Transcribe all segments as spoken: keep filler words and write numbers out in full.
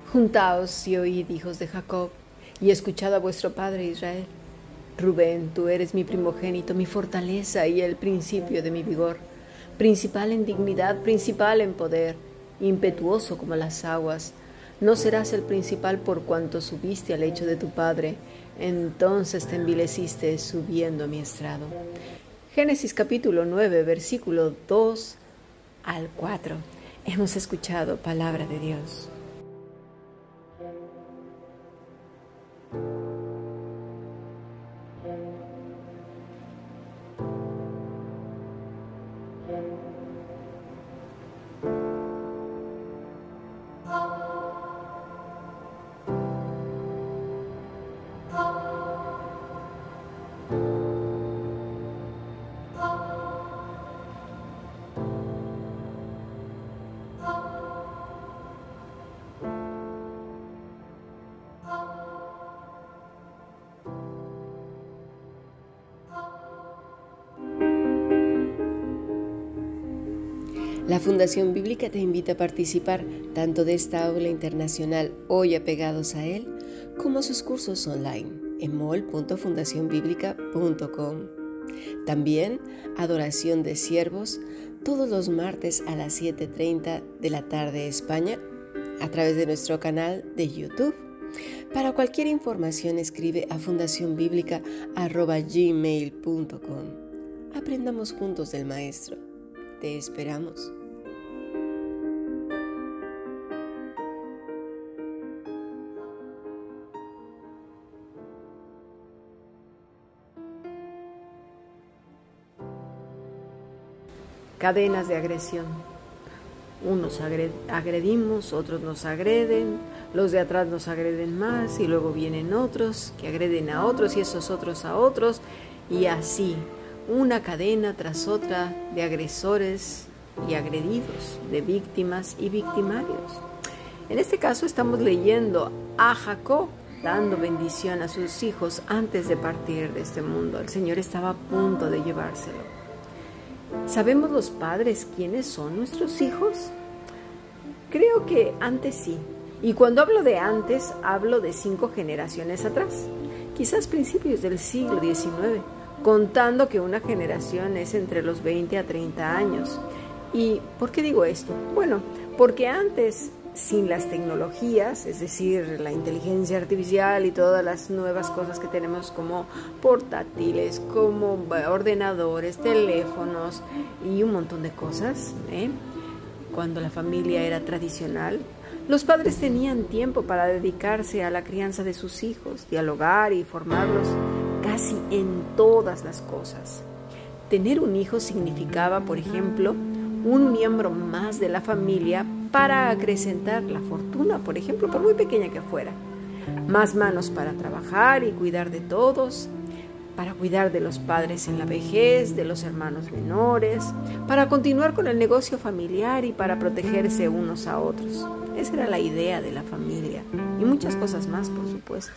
Juntaos y oíd, hijos de Jacob, y escuchad a vuestro padre Israel. Rubén, tú eres mi primogénito, mi fortaleza y el principio de mi vigor, principal en dignidad, principal en poder, impetuoso como las aguas. No serás el principal por cuanto subiste al lecho de tu padre, entonces te envileciste subiendo a mi estrado. Génesis capítulo nueve, versículo dos al cuatro. Hemos escuchado palabra de Dios. La Fundación Bíblica te invita a participar tanto de esta aula internacional Hoy Apegados a Él, como sus cursos online en mol punto fundación bíblica punto com. También Adoración de Siervos todos los martes a las siete treinta de la tarde España a través de nuestro canal de YouTube. Para cualquier información escribe a fundación bíblica arroba gmail punto com. Aprendamos juntos del Maestro. Te esperamos. Cadenas de agresión. Unos agredimos, otros nos agreden, los de atrás nos agreden más y luego vienen otros que agreden a otros y esos otros a otros y así, una cadena tras otra de agresores y agredidos, de víctimas y victimarios. En este caso estamos leyendo a Jacob dando bendición a sus hijos antes de partir de este mundo. El Señor estaba a punto de llevárselo. ¿Sabemos los padres quiénes son nuestros hijos? Creo que antes sí. Y cuando hablo de antes, hablo de cinco generaciones atrás, quizás principios del siglo diecinueve, contando que una generación es entre los veinte a treinta años. ¿Y por qué digo esto? Bueno, porque antes, sin las tecnologías, es decir, la inteligencia artificial y todas las nuevas cosas que tenemos como portátiles, como ordenadores, teléfonos y un montón de cosas, ¿eh? Cuando la familia era tradicional, los padres tenían tiempo para dedicarse a la crianza de sus hijos, dialogar y formarlos casi en todas las cosas. Tener un hijo significaba, por ejemplo, un miembro más de la familia para acrecentar la fortuna, por ejemplo, por muy pequeña que fuera. Más manos para trabajar y cuidar de todos, para cuidar de los padres en la vejez, de los hermanos menores, para continuar con el negocio familiar y para protegerse unos a otros. Esa era la idea de la familia y muchas cosas más, por supuesto.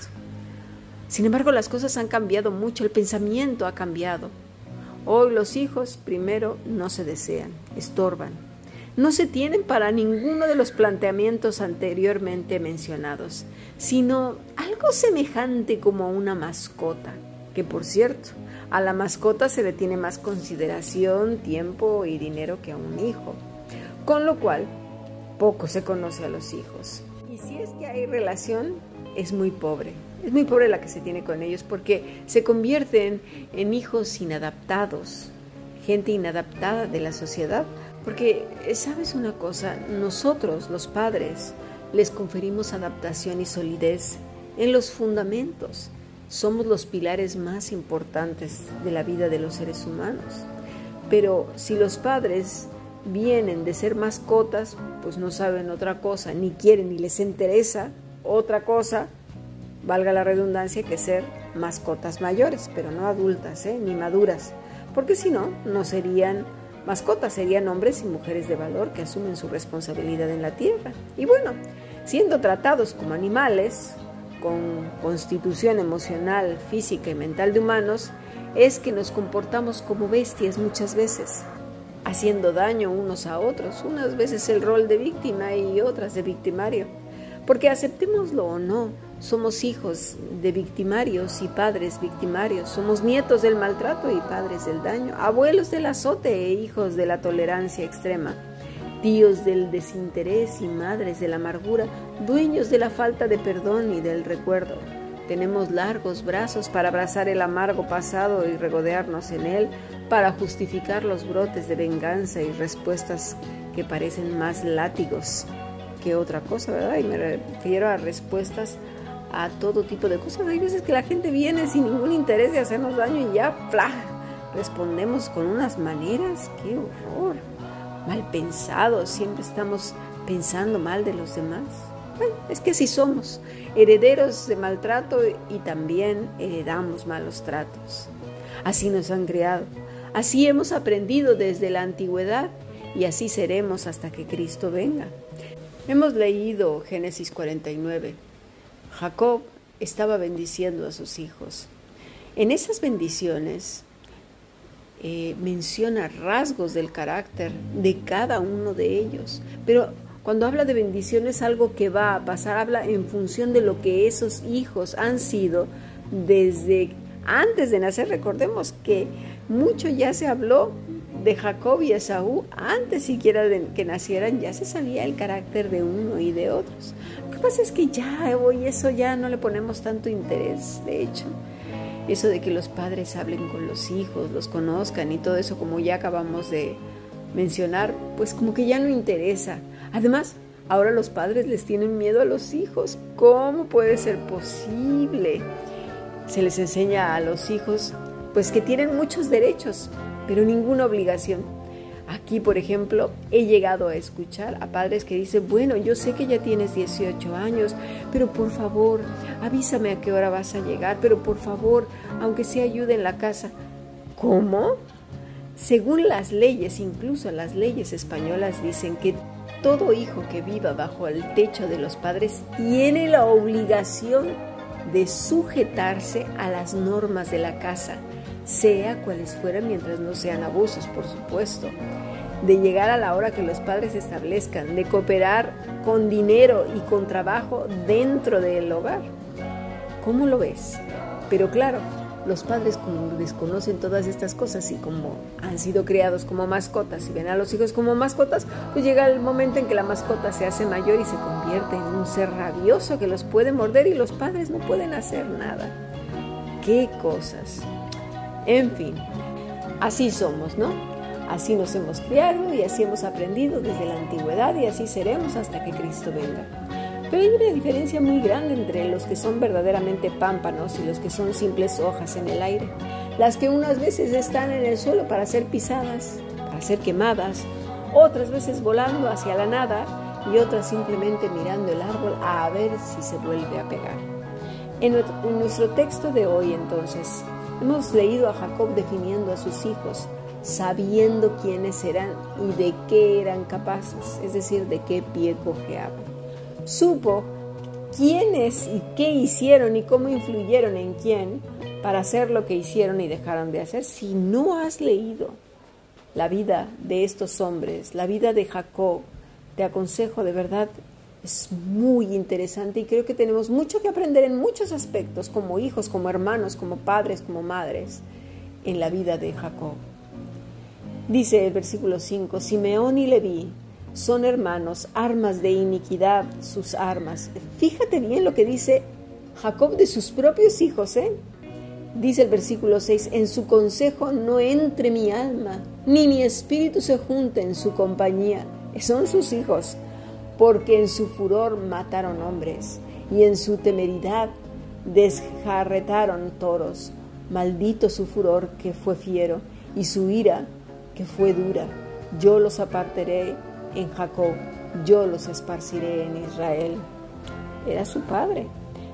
Sin embargo, las cosas han cambiado mucho, el pensamiento ha cambiado. Hoy los hijos, primero, no se desean, estorban. No se tienen para ninguno de los planteamientos anteriormente mencionados, sino algo semejante como una mascota, que por cierto, a la mascota se le tiene más consideración, tiempo y dinero que a un hijo, con lo cual poco se conoce a los hijos. Y si es que hay relación, es muy pobre. Es muy pobre la que se tiene con ellos porque se convierten en hijos inadaptados, gente inadaptada de la sociedad. Porque, ¿sabes una cosa? Nosotros, los padres, les conferimos adaptación y solidez en los fundamentos. Somos los pilares más importantes de la vida de los seres humanos. Pero si los padres vienen de ser mascotas, pues no saben otra cosa, ni quieren ni les interesa otra cosa, valga la redundancia, que ser mascotas mayores, pero no adultas, ¿eh? Ni maduras, porque si no, no serían mascotas, serían hombres y mujeres de valor que asumen su responsabilidad en la tierra. Y bueno, siendo tratados como animales, con constitución emocional, física y mental de humanos, es que nos comportamos como bestias muchas veces, haciendo daño unos a otros, unas veces el rol de víctima y otras de victimario. Porque aceptémoslo o no, somos hijos de victimarios y padres victimarios, somos nietos del maltrato y padres del daño, abuelos del azote e hijos de la tolerancia extrema, tíos del desinterés y madres de la amargura, dueños de la falta de perdón y del recuerdo. Tenemos largos brazos para abrazar el amargo pasado y regodearnos en él, para justificar los brotes de venganza y respuestas que parecen más látigos que otra cosa, ¿verdad? Y me refiero a respuestas a todo tipo de cosas. Hay veces que la gente viene sin ningún interés de hacernos daño y ya, ¡plá!, respondemos con unas maneras, ¡qué horror! Mal pensados, siempre estamos pensando mal de los demás. Bueno, es que así somos, herederos de maltrato y también heredamos malos tratos. Así nos han criado, así hemos aprendido desde la antigüedad y así seremos hasta que Cristo venga. Hemos leído Génesis cuarenta y nueve. Jacob estaba bendiciendo a sus hijos. En esas bendiciones eh, menciona rasgos del carácter de cada uno de ellos, pero cuando habla de bendiciones, algo que va a pasar, habla en función de lo que esos hijos han sido desde antes de nacer. Recordemos que mucho ya se habló de Jacob y Esaú antes siquiera de que nacieran, ya se sabía el carácter de uno y de otros. Lo que pasa es que ya hoy eso ya no le ponemos tanto interés. De hecho, eso de que los padres hablen con los hijos, los conozcan y todo eso, como ya acabamos de mencionar, pues como que ya no interesa. Además, ahora los padres les tienen miedo a los hijos. ¿Cómo puede ser posible? Se les enseña a los hijos pues que tienen muchos derechos, pero ninguna obligación. Aquí, por ejemplo, he llegado a escuchar a padres que dicen, bueno, yo sé que ya tienes dieciocho años, pero por favor, avísame a qué hora vas a llegar, pero por favor, aunque sea ayuda en la casa. ¿Cómo? Según las leyes, incluso las leyes españolas dicen que todo hijo que viva bajo el techo de los padres tiene la obligación de sujetarse a las normas de la casa, sea cuales fueran, mientras no sean abusos, por supuesto, de llegar a la hora que los padres establezcan, de cooperar con dinero y con trabajo dentro del hogar. ¿Cómo lo ves? Pero claro, los padres, como desconocen todas estas cosas y como han sido criados como mascotas y ven a los hijos como mascotas, pues llega el momento en que la mascota se hace mayor y se convierte en un ser rabioso que los puede morder y los padres no pueden hacer nada. ¡Qué cosas! En fin, así somos, ¿no? Así nos hemos criado y así hemos aprendido desde la antigüedad y así seremos hasta que Cristo venga. Pero hay una diferencia muy grande entre los que son verdaderamente pámpanos y los que son simples hojas en el aire. Las que unas veces están en el suelo para ser pisadas, para ser quemadas, otras veces volando hacia la nada y otras simplemente mirando el árbol a ver si se vuelve a pegar. En nuestro texto de hoy, entonces, hemos leído a Jacob definiendo a sus hijos, sabiendo quiénes eran y de qué eran capaces, es decir, de qué pie cojeaban. Supo quiénes y qué hicieron y cómo influyeron en quién para hacer lo que hicieron y dejaron de hacer. Si no has leído la vida de estos hombres, la vida de Jacob, te aconsejo de verdad, es muy interesante y creo que tenemos mucho que aprender en muchos aspectos, como hijos, como hermanos, como padres, como madres, en la vida de Jacob. Dice el versículo cinco, Simeón y Leví son hermanos, armas de iniquidad sus armas. Fíjate bien lo que dice Jacob de sus propios hijos, ¿eh? Dice el versículo seis, en su consejo no entre mi alma, ni mi espíritu se junte en su compañía. Son sus hijos, porque en su furor mataron hombres, y en su temeridad desjarretaron toros. Maldito su furor que fue fiero, y su ira que fue dura. Yo los apartaré en Jacob, yo los esparciré en Israel. Era su padre,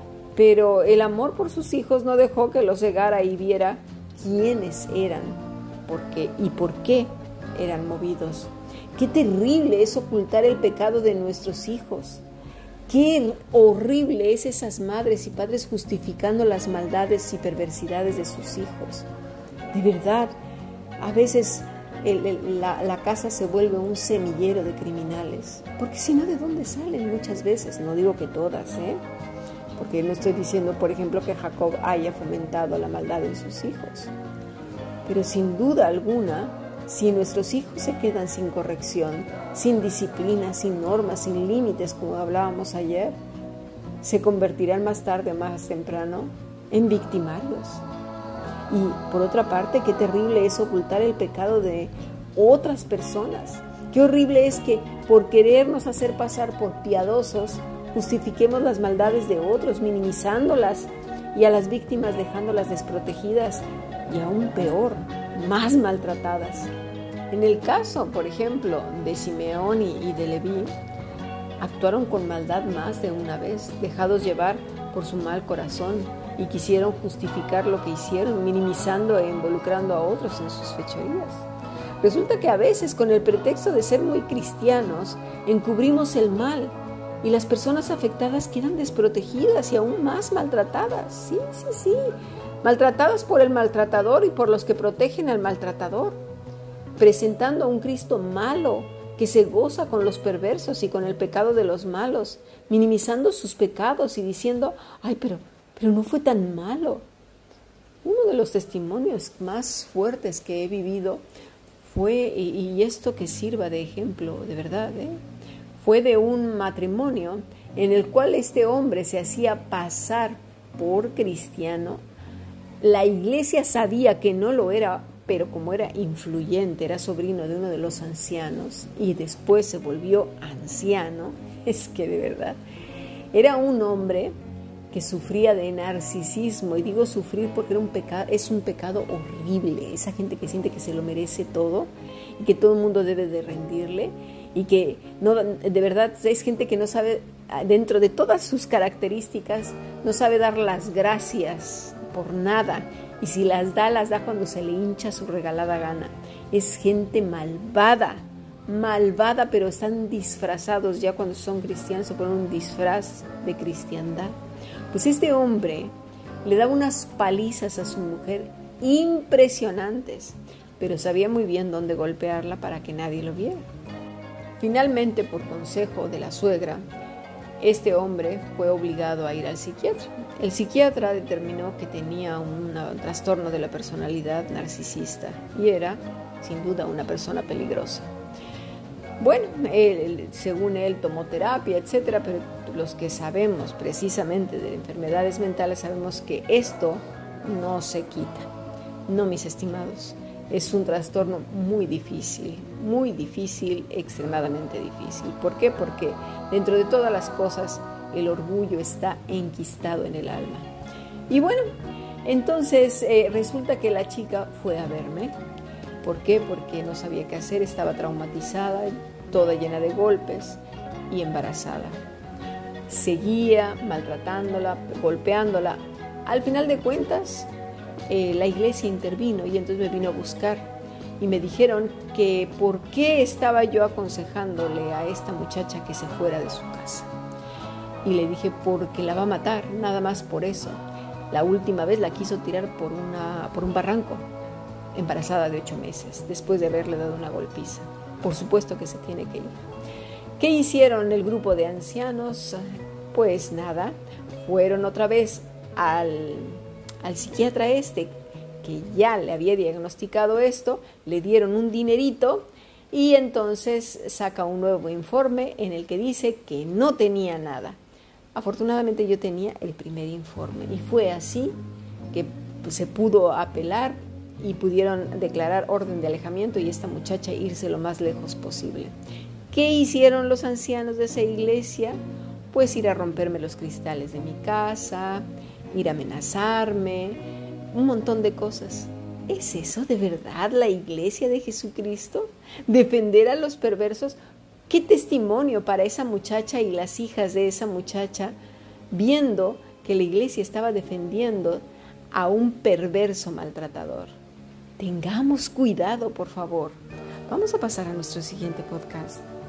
pero el amor por sus hijos no dejó que los cegara y viera quiénes eran, por qué y por qué eran movidos. Qué terrible es ocultar el pecado de nuestros hijos. Qué horrible es esas madres y padres justificando las maldades y perversidades de sus hijos. De verdad, a veces el, el, la, la casa se vuelve un semillero de criminales. Porque si no, ¿de dónde salen muchas veces? No digo que todas, ¿eh? Porque no estoy diciendo, por ejemplo, que Jacob haya fomentado la maldad en sus hijos. Pero sin duda alguna, si nuestros hijos se quedan sin corrección, sin disciplina, sin normas, sin límites, como hablábamos ayer, se convertirán más tarde o más temprano en victimarios. Y por otra parte, qué terrible es ocultar el pecado de otras personas. Qué horrible es que por querernos hacer pasar por piadosos, justifiquemos las maldades de otros, minimizándolas, y a las víctimas dejándolas desprotegidas y aún peor, más maltratadas. En el caso, por ejemplo, de Simeón y de Leví, actuaron con maldad más de una vez, dejados llevar por su mal corazón, y quisieron justificar lo que hicieron, minimizando e involucrando a otros en sus fechorías. Resulta que a veces, con el pretexto de ser muy cristianos, encubrimos el mal, y las personas afectadas quedan desprotegidas y aún más maltratadas. Sí, sí, sí, maltratadas por el maltratador y por los que protegen al maltratador, presentando a un Cristo malo que se goza con los perversos y con el pecado de los malos, minimizando sus pecados y diciendo, ay, pero, pero no fue tan malo. Uno de los testimonios más fuertes que he vivido fue, y, y esto que sirva de ejemplo, de verdad, ¿eh? fue de un matrimonio en el cual este hombre se hacía pasar por cristiano. La iglesia sabía que no lo era, pero como era influyente, era sobrino de uno de los ancianos y después se volvió anciano, es que de verdad, era un hombre que sufría de narcisismo, y digo sufrir porque era un pecado, es un pecado horrible, esa gente que siente que se lo merece todo y que todo el mundo debe de rendirle, y que no, de verdad es gente que no sabe, dentro de todas sus características, no sabe dar las gracias por nada, y si las da, las da cuando se le hincha su regalada gana. Es gente malvada, malvada, pero están disfrazados ya cuando son cristianos, se ponen un disfraz de cristiandad. Pues este hombre le daba unas palizas a su mujer impresionantes, pero sabía muy bien dónde golpearla para que nadie lo viera. Finalmente, por consejo de la suegra, este hombre fue obligado a ir al psiquiatra. El psiquiatra determinó que tenía un trastorno de la personalidad narcisista y era, sin duda, una persona peligrosa. Bueno, él, según él tomó terapia, etcétera, pero los que sabemos precisamente de enfermedades mentales sabemos que esto no se quita. No, mis estimados, es un trastorno muy difícil, muy difícil, extremadamente difícil. ¿Por qué? Porque dentro de todas las cosas el orgullo está enquistado en el alma. Y bueno, entonces eh, resulta que la chica fue a verme. ¿Por qué? Porque no sabía qué hacer, estaba traumatizada, toda llena de golpes y embarazada. Seguía maltratándola, golpeándola. Al final de cuentas, eh, la iglesia intervino y entonces me vino a buscar y me dijeron que por qué estaba yo aconsejándole a esta muchacha que se fuera de su casa. Y le dije, porque la va a matar, nada más por eso. La última vez la quiso tirar por, una, por un barranco, embarazada de ocho meses, después de haberle dado una golpiza. Por supuesto que se tiene que ir. ¿Qué hicieron el grupo de ancianos? Pues nada, fueron otra vez al, al psiquiatra este, que ya le había diagnosticado esto, le dieron un dinerito y entonces saca un nuevo informe en el que dice que no tenía nada. Afortunadamente yo tenía el primer informe y fue así que pues, se pudo apelar y pudieron declarar orden de alejamiento y esta muchacha irse lo más lejos posible. ¿Qué hicieron los ancianos de esa iglesia? Pues ir a romperme los cristales de mi casa, ir a amenazarme, un montón de cosas. ¿Es eso de verdad la iglesia de Jesucristo? ¿Defender a los perversos? ¿Qué testimonio para esa muchacha y las hijas de esa muchacha viendo que la iglesia estaba defendiendo a un perverso maltratador? Tengamos cuidado, por favor. Vamos a pasar a nuestro siguiente podcast.